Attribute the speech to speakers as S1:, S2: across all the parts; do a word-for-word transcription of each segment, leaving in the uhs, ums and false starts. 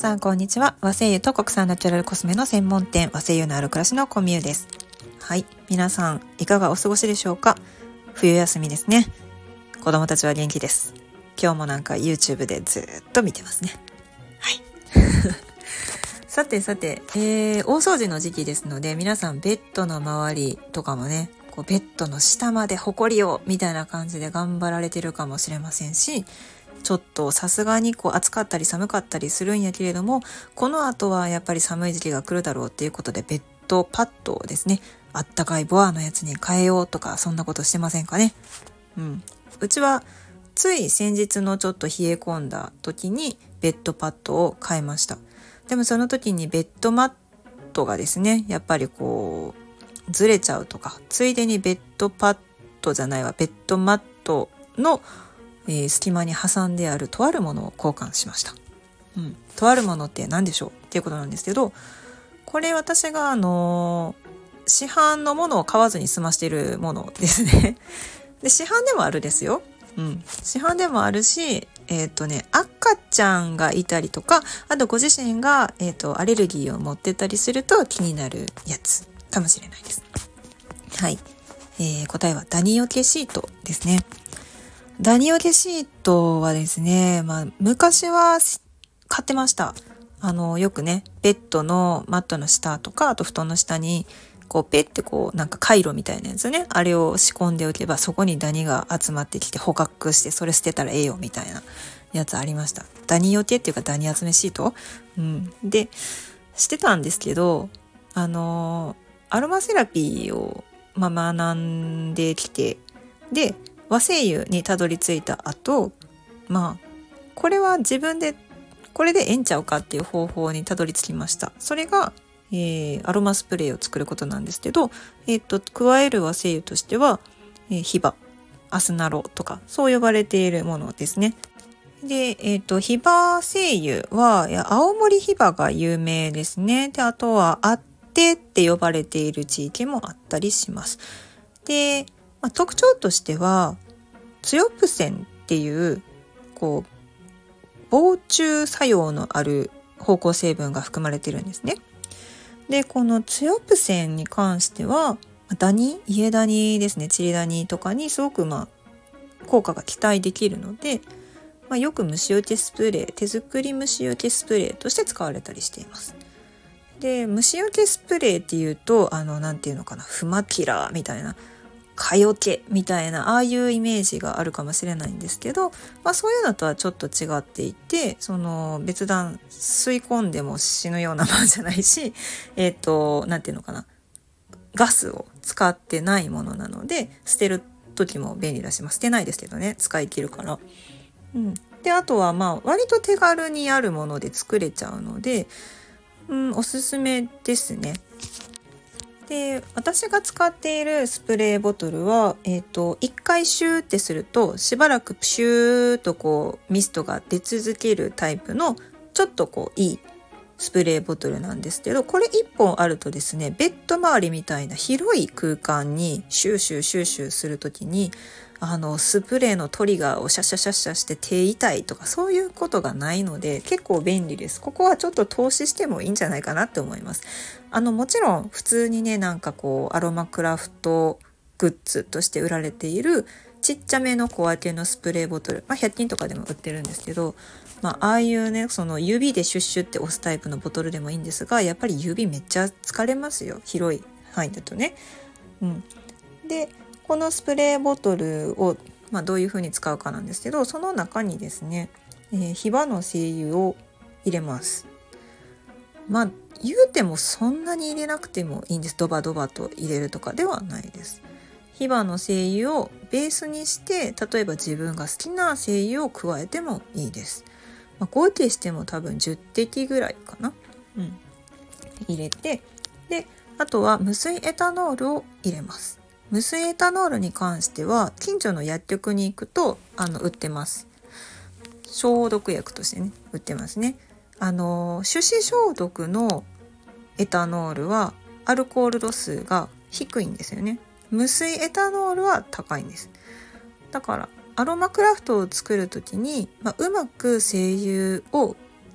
S1: さんこんにちは。和精油と国産ナチュラルコスメの専門店、和精油のある暮らしのコミュです。はい、皆さんいかがお過ごしでしょうか。冬休みですね。子供たちは元気です。今日もなんか YouTube でずっと見てますね。はいさてさて、えー、大掃除の時期ですので、皆さんベッドの周りとかもね、こうベッドの下まで埃をみたいな感じで頑張られてるかもしれませんし、ちょっとさすがにこう暑かったり寒かったりするんやけれども、この後はやっぱり寒い時期が来るだろうっていうことで、ベッドパッドをですね、あったかいボアのやつに変えようとか、そんなことしてませんかね。うん、うちはつい先日のちょっと冷え込んだ時にベッドパッドを変えました。でもその時にベッドマットがですね、やっぱりこうずれちゃうとか、ついでにベッドパッドじゃないわベッドマットの、えー、隙間に挟んであるとあるものを交換しました。うん、とあるものって何でしょうっていうことなんですけど、これ私があのー、市販のものを買わずに済ましているものですねで市販でもあるですよ。うん、市販でもあるし、えっとね、赤ちゃんがいたりとか、あとご自身が、えーと、アレルギーを持ってたりすると気になるやつかもしれないです。はい、えー、答えはダニよけシートですね。ダニよけシートはですね、まあ、昔は買ってました。あのよくね、ベッドのマットの下とか、あと布団の下にこうペッてこうなんかカイロみたいなやつね、あれを仕込んでおけばそこにダニが集まってきて捕獲して、それ捨てたらええよみたいなやつありました。ダニよけっていうかダニ集めシート、うん、でしてたんですけど、あのアロマセラピーを、まあ、学んできて、で和精油にたどり着いた後、まあこれは自分でこれでええんちゃうかっていう方法にたどり着きました。それがえー、アロマスプレーを作ることなんですけど、えー、と加える和精油としては、えー、ヒバ、アスナロとかそう呼ばれているものですね。で、えー、とヒバ精油は青森ヒバが有名ですね。で、あとはアッテって呼ばれている地域もあったりします。で、まあ、特徴としてはツヨプセンっていうこう防虫作用のある芳香成分が含まれているんですね。で、このツヨプセンに関してはダニ、家ダニですね、チリダニとかにすごくまあ効果が期待できるので、まあ、よく虫除けスプレー、手作り虫除けスプレーとして使われたりしています。で、虫除けスプレーっていうと、あのなんていうのかな、フマキラーみたいな、蚊よけみたいな、ああいうイメージがあるかもしれないんですけど、まあ、そういうのとはちょっと違っていて、その別段吸い込んでも死ぬようなものじゃないし、えっとなんていうのかな、ガスを使ってないものなので、捨てる時も便利だし、まあ、捨てないですけどね、使い切るから、うん、であとはまあ割と手軽にあるもので作れちゃうので、うん、おすすめですね。で、私が使っているスプレーボトルは、えーと、いっかいシューってするとしばらくシューっとこうミストが出続けるタイプのちょっとこういいスプレーボトルなんですけど、これいっぽんあるとですね、ベッド周りみたいな広い空間にシューシューシューシューするときに、あのスプレーのトリガーをシャシャシャシャして手痛いとかそういうことがないので結構便利です。ここはちょっと投資してもいいんじゃないかなって思います。あのもちろん普通にね、なんかこうアロマクラフトグッズとして売られているちっちゃめの小分けのスプレーボトル、まあ、ひゃく均とかでも売ってるんですけど、まあ、ああいうね、その指でシュッシュって押すタイプのボトルでもいいんですが、やっぱり指めっちゃ疲れますよ、広い範囲だとね。うん、でこのスプレーボトルを、まあ、どういう風に使うかなんですけど、その中にですね、えー、ヒバの精油を入れます。まあ言うてもそんなに入れなくてもいいんです。ドバドバと入れるとかではないです。ヒバの精油をベースにして、例えば自分が好きな精油を加えてもいいです。まあ、合計しても多分じゅってきぐらいかな、うん、入れて、であとは無水エタノールを入れます。無水エタノールに関しては近所の薬局に行くとあの売ってます。消毒薬としてね売ってますね。あの手指消毒のエタノールはアルコール度数が低いんですよね。無水エタノールは高いんです。だからアロマクラフトを作るときに、まあ、うまく精油を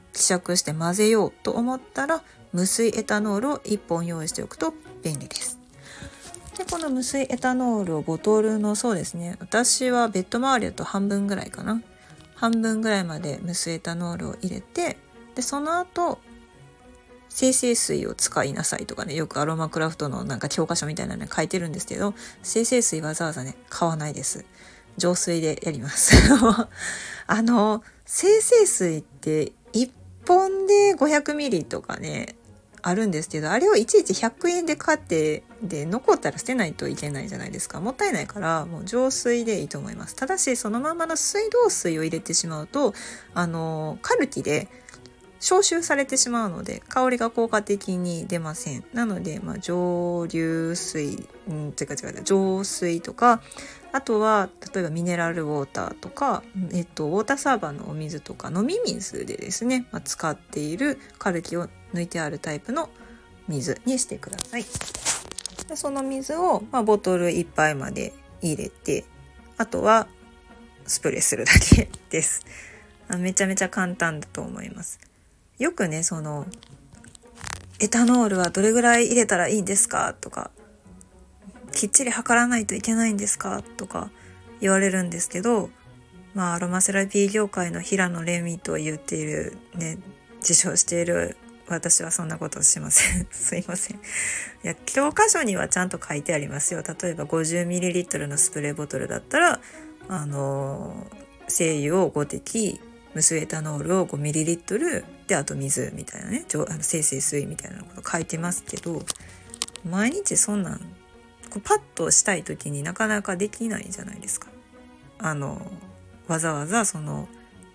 S1: 希釈して混ぜようと思ったら無水エタノールをいっぽん用意しておくと便利です。でこの無水エタノールをボトルのそうですね、私はベッド周りだと半分ぐらいかな、半分ぐらいまで無水エタノールを入れて、でその後精製水を使いなさいとかね、よくアロマクラフトのなんか教科書みたいなのに書いてるんですけど、精製水わざわざね買わないです。浄水でやりますあの精製水っていっぽんでごひゃくミリとかねあるんですけど、あれをいちいちひゃくえんで買ってで残ったら捨てないといけないじゃないですか。もったいないからもう浄水でいいと思います。ただしそのままの水道水を入れてしまうとあのカルキで消臭されてしまうので香りが効果的に出ません。なので、まあ、蒸留水、うん、違う違う浄水とか、あとは例えばミネラルウォーターとか、えっと、ウォーターサーバーのお水とか飲み水でですね、まあ、使っているカルキを抜いてあるタイプの水にしてください。でその水を、まあ、ボトルいっぱいまで入れて、あとはスプレーするだけです。めちゃめちゃ簡単だと思います。よくね、そのエタノールはどれぐらい入れたらいいんですかとか、きっちり測らないといけないんですかとか言われるんですけど、まあアロマセラピー業界の平野レミと言っているね、自称している私はそんなことしませんすいません。いや、教科書にはちゃんと書いてありますよ。例えば ごじゅうミリリットル のスプレーボトルだったらあの精油をごてき、無水エタノールを ごミリリットル で、あと水みたいなね、あの精製水みたいなこと書いてますけど、毎日そんなんこうパッとしたい時になかなかできないじゃないですか。あのわざわざその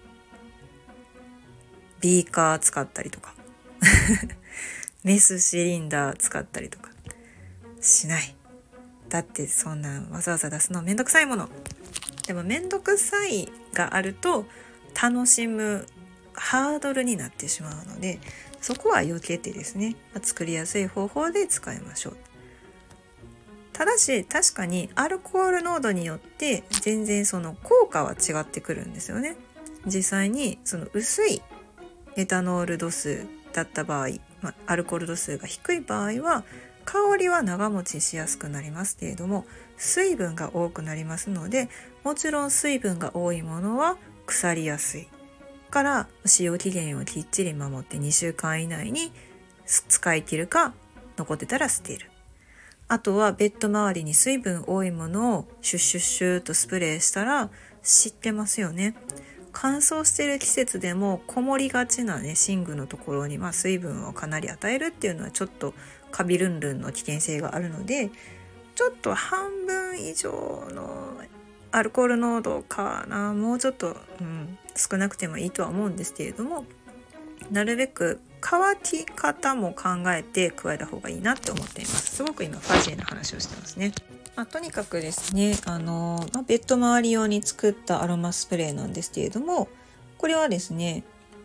S1: ビーカー使ったりとかメスシリンダー使ったりとかしない。だってそんなんわざわざ出すのめんどくさいもの。でもめんどくさいがあると楽しむハードルになってしまうので、そこは避けてですね、作りやすい方法で使いましょう。ただし確かにアルコール濃度によって全然その効果は違ってくるんですよね。実際にその薄いエタノール度数だった場合、まあ、アルコール度数が低い場合は香りは長持ちしやすくなりますけれども、水分が多くなりますので、もちろん水分が多いものは腐りやすいから使用期限をきっちり守ってにしゅうかん以内に使い切るか、残ってたら捨てる。あとはベッド周りに水分多いものをシュッシュッシュッとスプレーしたら知ってますよね。乾燥している季節でもこもりがちなね寝具のところに、まあ、水分をかなり与えるっていうのはちょっとカビルンルンの危険性があるので、ちょっと半分以上のアルコール濃度かな、もうちょっと、うん、少なくてもいいとは思うんですけれども、なるべく乾き方も考えて加えた方がいいなって思っています。すごく今ファジーな話をしてますね。まあ、とにかくですね、あの、まあ、ベッド周り用に作ったアロマスプレーなんですけれども、これはですね、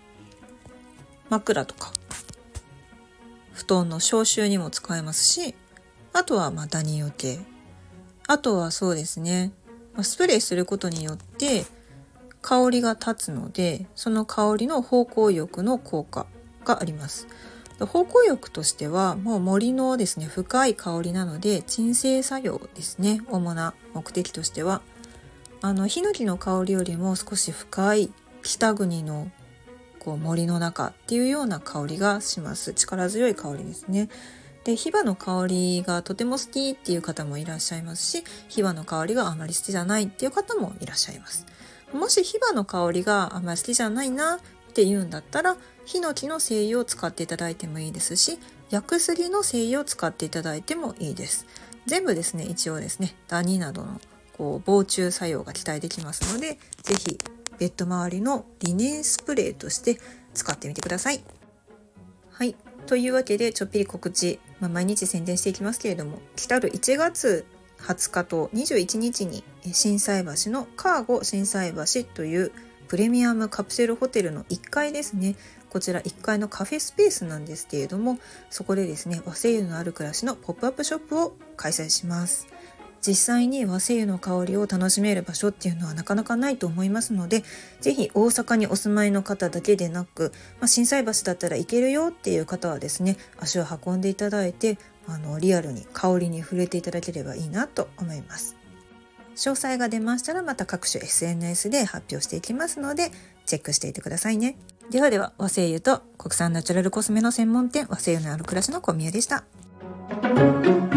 S1: 枕とか布団の消臭にも使えますし、あとはまあダニよけ、あとはそうですね、スプレーすることによって香りが立つので、その香りの芳香浴の効果があります。芳香浴としてはもう森のですね深い香りなので、鎮静作用ですね、主な目的としては。あのヒノキの香りよりも少し深い北国のこう森の中っていうような香りがします。力強い香りですね。で、ヒバの香りがとても好きっていう方もいらっしゃいますし、ヒバの香りがあまり好きじゃないっていう方もいらっしゃいます。もしヒバの香りがあまり好きじゃないなっていうんだったら、ヒノキの精油を使っていただいてもいいですし、薬杉の精油を使っていただいてもいいです。全部ですね、一応ですね、ダニなどのこう防虫作用が期待できますので、ぜひベッド周りのリネンスプレーとして使ってみてください。はい、というわけでちょっぴり告知、まあ、毎日宣伝していきますけれども、来たるいちがつはつかとにじゅういちにちに心斎橋のカーゴ心斎橋というプレミアムカプセルホテルのいっかいですね、こちらいっかいのカフェスペースなんですけれども、そこでですね和製油のある暮らしのポップアップショップを開催します。 実際に和精油の香りを楽しめる場所っていうのはなかなかないと思いますので、ぜひ大阪にお住まいの方だけでなく、まあ、心斎橋だったら行けるよっていう方はですね、足を運んでいただいて、あのリアルに香りに触れていただければいいなと思います。詳細が出ましたらまた各種 エスエヌエス で発表していきますので、チェックしていてくださいね。ではでは、和精油と国産ナチュラルコスメの専門店、和精油のある暮らしのコミュでした。